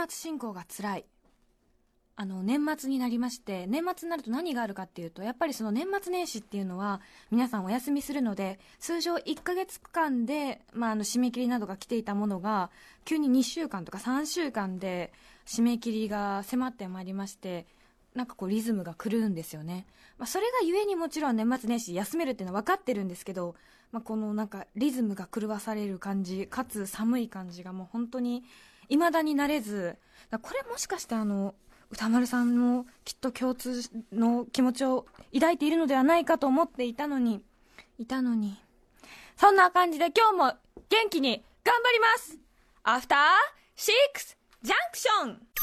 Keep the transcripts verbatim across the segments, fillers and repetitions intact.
末進行が辛い。あの年末になりまして、年末になると何があるかっていうと、やっぱりその年末年始っていうのは皆さんお休みするので、通常いっかげつかんで、まあ、あの締め切りなどが来ていたものが急ににしゅうかんとかさんしゅうかんで締め切りが迫ってまいりまして、なんかこうリズムが狂うんですよね。まあ、それがゆえにもちろん年末年始休めるっていうのは分かってるんですけど、まあ、このなんかリズムが狂わされる感じかつ寒い感じがもう本当に未だに慣れず、だこれもしかしてあの歌丸さんもきっと共通の気持ちを抱いているのではないかと思っていたのにいたのにそんな感じで今日も元気に頑張ります。アフターシックスジャンクション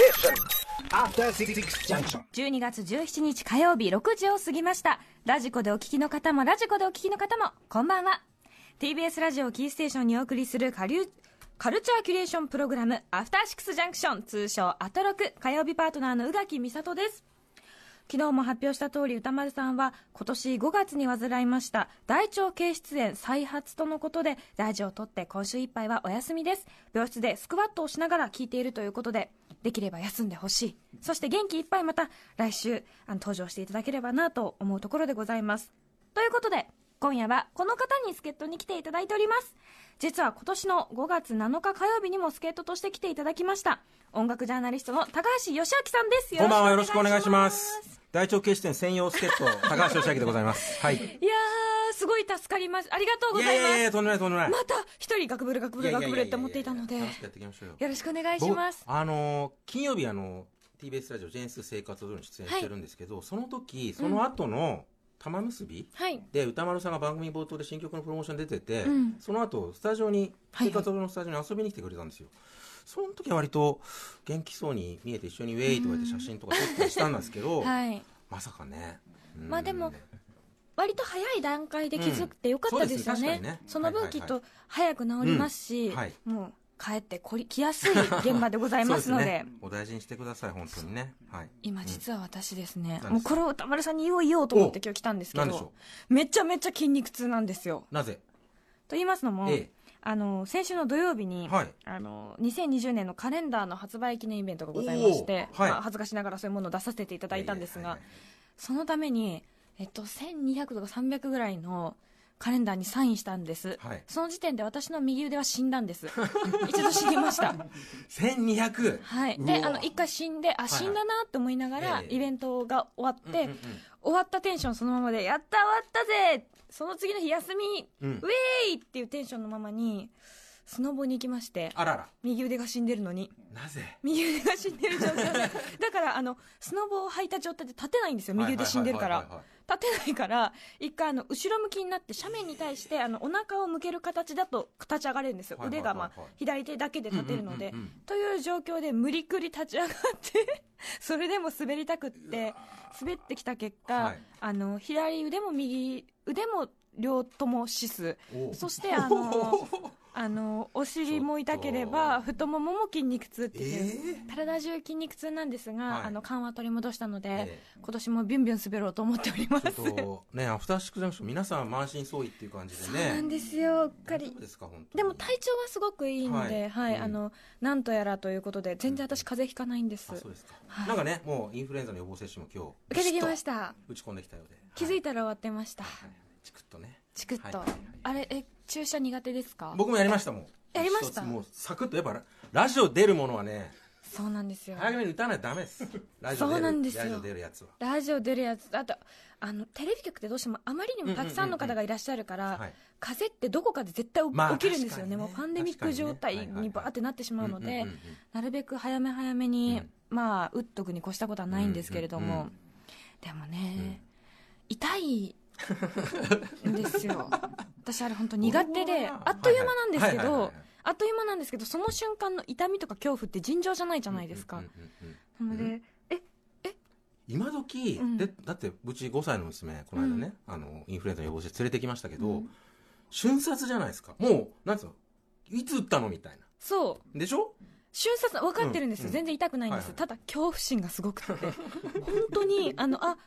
じゅうにがつじゅうしちにち火曜日ろくじを過ぎました。ラジコでお聞きの方もラジコでお聞きの方もこんばんは。 ティービーエス ラジオキーステーションにお送りするカリュカルチャーキュレーションプログラムアフターシックスジャンクション、通称アトロク、火曜日パートナーの宇垣美里です。昨日も発表した通り、歌丸さんは今年ごがつに患いました大腸憩室炎再発とのことで、大事をとって今週いっぱいはお休みです。病室でスクワットをしながら聞いているということで、できれば休んでほしい。そして元気いっぱいまた来週あの登場していただければなと思うところでございます。ということで今夜はこの方に助っ人に来ていただいております。実は今年のごがつなのか火曜日にも助っ人として来ていただきました音楽ジャーナリストの高橋義明さんです。 こんばんは、よろしくお願いします。大腸憩室炎専用助っ人高橋義明でございます。はい。いやーすごい助かります。ありがとうございます。 いやいやいやとんでもないとんでもない。 また一人ガクブルガクブルガクブルって思っていたので、よろしくお願いします。 あの金曜日あの ティービーエス ラジオジェンス生活をに出演してるんですけど、はい、その時その後の、うん玉結び、はい、で歌丸さんが番組冒頭で新曲のプロモーション出てて、うん、その後スタジオに生活のスタジオに遊びに来てくれたんですよ、はいはい、その時は割と元気そうに見えて一緒にウェイとか言って写真とか撮ったりしたんですけど、はい、まさかね、 まあでも割と早い段階で気づくってよかったですよね、うん、そねその分きっと早く治りますし、うんはい、もう帰ってこり来やすい現場でございますのでね、 お大事にしてください本当にね、はい、 今実は私ですね、うん、もうこれを歌丸さんに言おう言おうと思って今日来たんですけど、めちゃめちゃ筋肉痛なんですよ。 なぜと言いますのも、ええ、あの先週の土曜日に、はい、あのにせんにじゅうねんのカレンダーの発売記念イベントがございまして、はいまあ、恥ずかしながらそういうものを出させていただいたんですが、そのために、えっと、せんにひゃくとかさんびゃくぐらいのカレンダーにサインしたんです、はい、その時点で私の右腕は死んだんです一度死にましたせんにひゃく、 はい、であの一回死んであ死んだなって思いながら、はいはい、イベントが終わって、うんうんうん、終わったテンションそのままでやった終わったぜ、その次の日休み、うん、ウェーイっていうテンションのままにスノボに行きまして、 あらら右腕が死んでるのに、 なぜ右腕が死んでる状況でだからあのスノボを履いた状態で立てないんですよ、右腕死んでるから立てないから、一回あの後ろ向きになって斜面に対してあのお腹を向ける形だと立ち上がれるんですよ、はいはいはいはい、腕が、まあ、左手だけで立てるので、うんうんうんうん、という状況で無理くり立ち上がってそれでも滑りたくって滑ってきた結果、はい、あの左腕も右腕も両ともシス、そしてあのあのお尻も痛ければ太ももも筋肉痛っていう、えー、体中筋肉痛なんですが、はい、あの緩和取り戻したので、えー、今年もビュンビュン滑ろうと思っております。 ちょっとね、アフターシックスジャンクション皆さん満身創痍っていう感じでね。 そうなんですよ、うっかり。 ですか本当に。 でも体調はすごくいいので、はい、はいうん、あのなんとやらということで全然私風邪ひかないんです、 うん、あそうですか、はい、なんかねもうインフルエンザの予防接種も今日受けてきました。 打ち込んできたようで、 気づいたら終わってました、はい、 チクッとねチクッと、はいはいはい、あれえ注射苦手ですか？ 僕もやりましたもん。 やりました。 もうサクッとやっぱラジオ出るものはね、 そうなんですよ、 早めに打たないとダメです。ラジオ出る、 そうなんですよ、 ラジオ出るやつはラジオ出るやつ、あとあのテレビ局ってどうしてもあまりにもたくさんの方がいらっしゃるから、うんうんうんうん、風邪ってどこかで絶対、まあ、起きるんですよね、もうパンデミック状態にバーってなってしまうので、なるべく早め早めに、うん、まあ打っとくに越したことはないんですけれども、うんうんうん、でもね、うん、痛いんですよ私あれ本当苦手で、あっという間なんですけど、あっという間なんですけど、その瞬間の痛みとか恐怖って尋常じゃないじゃないですか、なので、うん、ええ今時、うん、でだってうちごさいの娘この間ね、うん、あのインフルエンザの予防して連れてきましたけど、うん、瞬殺じゃないですか、もうなんつうのいつ打ったのみたいな、 そうでしょ、 瞬殺分かってるんですよ、うん、全然痛くないんです、はいはい、ただ恐怖心がすごくて本当にあのあ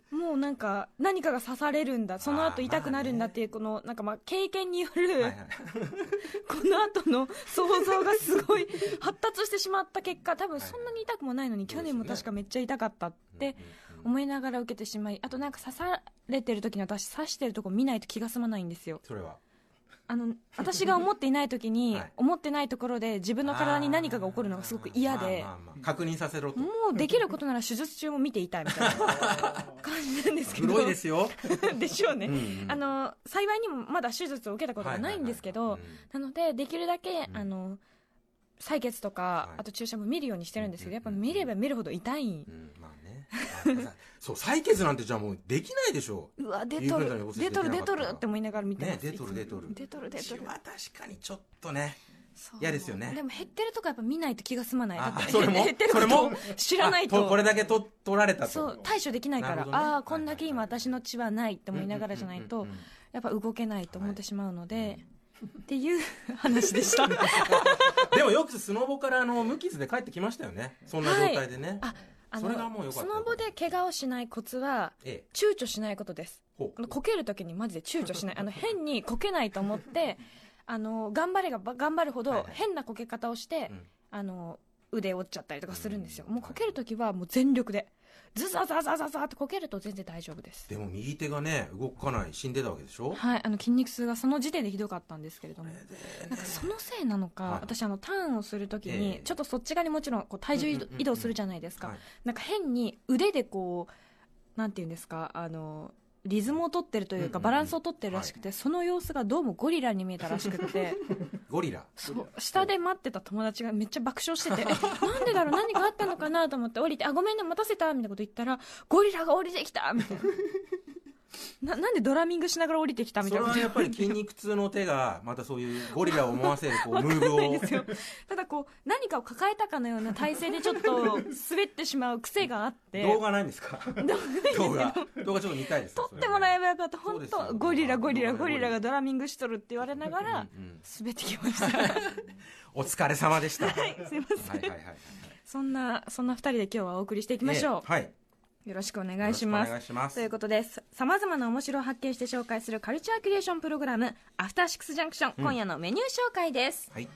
もうなんか何かが刺されるんだ、その後痛くなるんだっていう、このなんかまあ経験による、はいはい、この後の想像がすごい発達してしまった結果、多分そんなに痛くもないのに、去年も確かめっちゃ痛かったって思いながら受けてしまい、あとなんか刺されてる時に私刺してるとこ見ないと気が済まないんですよ。 それはあの私が思っていない時に、はい、思ってないところで自分の体に何かが起こるのがすごく嫌で、 まあまあまあ、確認させろと。 もうできることなら手術中も見ていたいみたいな感じなんですけど。 黒いですよでしょうね、うんうん、あの幸いにもまだ手術を受けたことがないんですけど、なのでできるだけ、うん、あの採血とか、はい、あと注射も見るようにしてるんですけど、やっぱ見れば見るほど痛い、うん、まあねそう、採血なんてじゃあもうできないでしょう。 うわ、出とる出とる出とるって思いながら見てます、 ね、出とる出とる出とる出とる。 まあ確かにちょっとね嫌ですよね。 でも減ってるとかやっぱ見ないと気が済まない。だってそれも減ってること知らないと、 これだけと取られたと、 そう対処できないから、ね、ああこんだけ今私の血はないって思いながらじゃないとやっぱ動けないと思ってしまうので、はい、っていう話でしたでもよくスノボからあの無傷で帰ってきましたよね、そんな状態でね、はい、 ああのそれがもうよかった。 スノボで怪我をしないコツは、ええ、躊躇しないことです。あのこけるときにマジで躊躇しないあの変にこけないと思ってあの頑張れが頑張るほど変なこけ方をして、はいはい、あの腕折っちゃったりとかするんですよ、うん、もうこけるときはもう全力でズザザザザザってこけると全然大丈夫です。 でも右手がね動かない、死んでたわけでしょ。 はい、あの筋肉痛がその時点でひどかったんですけれども、なんかそのせいなのか、はい、私あのターンをするときに、えー、ちょっとそっち側にもちろんこう体重移動するじゃないですか、うんうんうん、なんか変に腕でこうなんていうんですか、あのリズムを取ってるというかバランスを取ってるらしくて、はい、その様子がどうもゴリラに見えたらしくてゴリラ、 そう下で待ってた友達がめっちゃ爆笑しててなんでだろう、何かあったのかなと思って降りて、あごめんね待たせたみたいなこと言ったら、ゴリラが降りてきたみたいなな, なんでドラミングしながら降りてきたみたいな。 それはやっぱり筋肉痛の手がまたそういうゴリラを思わせるこうムーブをただこう何かを抱えたかのような体勢でちょっと滑ってしまう癖があって動画ないんですか動画動画ちょっと見たいです。 撮ってもらえばよかった。本当ゴリラゴリラゴリラがドラミングしとるって言われながら滑ってきましたお疲れ様でした。はい、 すいません、はいはいはいはい、そんなそんなふたりで今日はお送りしていきましょう、ね、はい、よろしくお願いします。 お願いします。 ということで、さまざまな面白を発見して紹介するカルチャーキュレーションプログラムアフターシックスジャンクション、うん、今夜のメニュー紹介です、はい、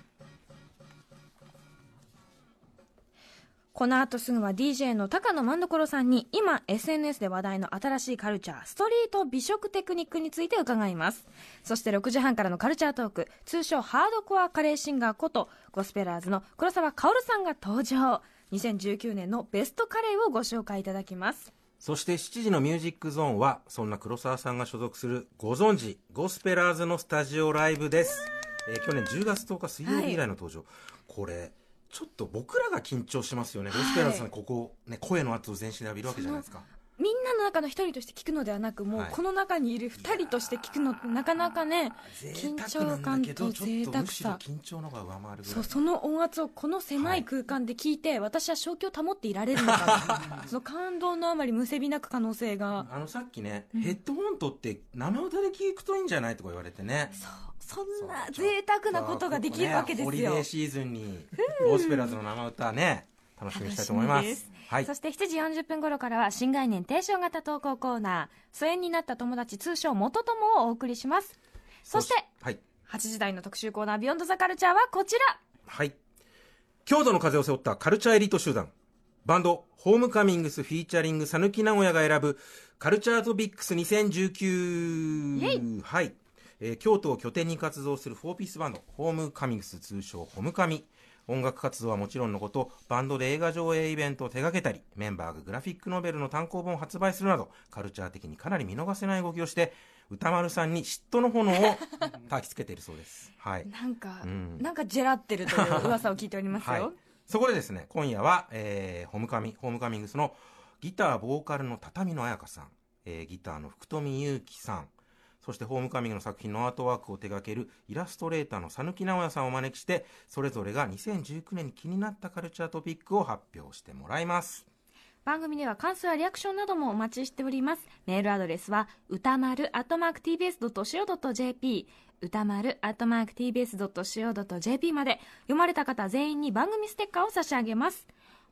この後すぐは ディージェー の高野万所さんに今 エスエヌエス で話題の新しいカルチャーストリート美食テクニックについて伺います。そしてろくじはんからのカルチャートーク、通称ハードコアカレーシンガーことゴスペラーズの黒沢薫さんが登場。にせんじゅうきゅうねんのベストカレーをご紹介いただきます。 そしてしちじのミュージックゾーンはそんな黒沢さんが所属するご存知ゴスペラーズのスタジオライブです、えー、去年じゅうがつとおか水曜日以来の登場、はい、これちょっと僕らが緊張しますよね、はい、ゴスペラーズさんここ、ね、声の圧を全身で浴びるわけじゃないですか。 みんなの中の一人として聞くのではなく、もうこの中にいる二人として聞くのってなかなかね、緊張感と贅沢さ、 緊張のが上回るぐらい、 そう、その音圧をこの狭い空間で聞いて、はい、私は正気を保っていられるのかその感動のあまりむせび泣く可能性が、 あのさっきね、うん、ヘッドホン取って生歌で聞くといいんじゃないとか言われてね、 そうそんな贅沢なことができるわけですよ、ね、ホリデーシーズンにゴスペラーズの生歌ね楽しみにしたいと思います。はい、 そしてしちじよんじゅっぷん頃からは新概念提唱型投稿コーナー、疎遠になった友達通称元友をお送りします。そして、はい、はちじ台の特集コーナービヨンドザカルチャーはこちら。 はい、郷土の風を背負ったカルチャーエリート集団バンドホームカミングスフィーチャリングさぬき名古屋が選ぶカルチャートピックスにせんじゅうきゅう、はい、えー、京都を拠点に活動するフォーピースバンドホームカミングス通称ホムカミ。音楽活動はもちろんのこと、バンドで映画上映イベントを手掛けたり、メンバーがグラフィックノベルの単行本を発売するなど、カルチャー的にかなり見逃せない動きをして、歌丸さんに嫉妬の炎を焚きつけているそうです。はい。 なんか、うん、なんかジェラってるという噂を聞いておりますよ。はい、 そこでですね、今夜は、えー、ホームカミ、ホームカミングスのギターボーカルの畳野彩香さん、えー、ギターの福富祐樹さん、そしてホームカミングの作品のアートワークを手掛けるイラストレーターの佐貫直也さんをお招きして、それぞれがにせんじゅうきゅうねんに気になったカルチャートピックを発表してもらいます。 番組では感想やリアクションなどもお待ちしております。メールアドレスは歌丸アットマーク ティービーエスドットシーオードットジェーピー、歌丸アットマーク ティービーエスドットシーオードットジェーピー まで。読まれた方全員に番組ステッカーを差し上げます。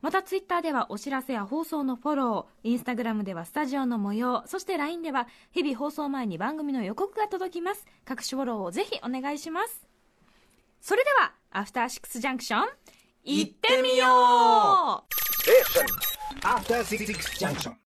またツイッターではお知らせや放送のフォロー、インスタグラムではスタジオの模様、そして ライン では日々放送前に番組の予告が届きます。各種フォローをぜひお願いします。それではアフターシックスジャンクション行ってみよう。 アフターシックスジャンクション。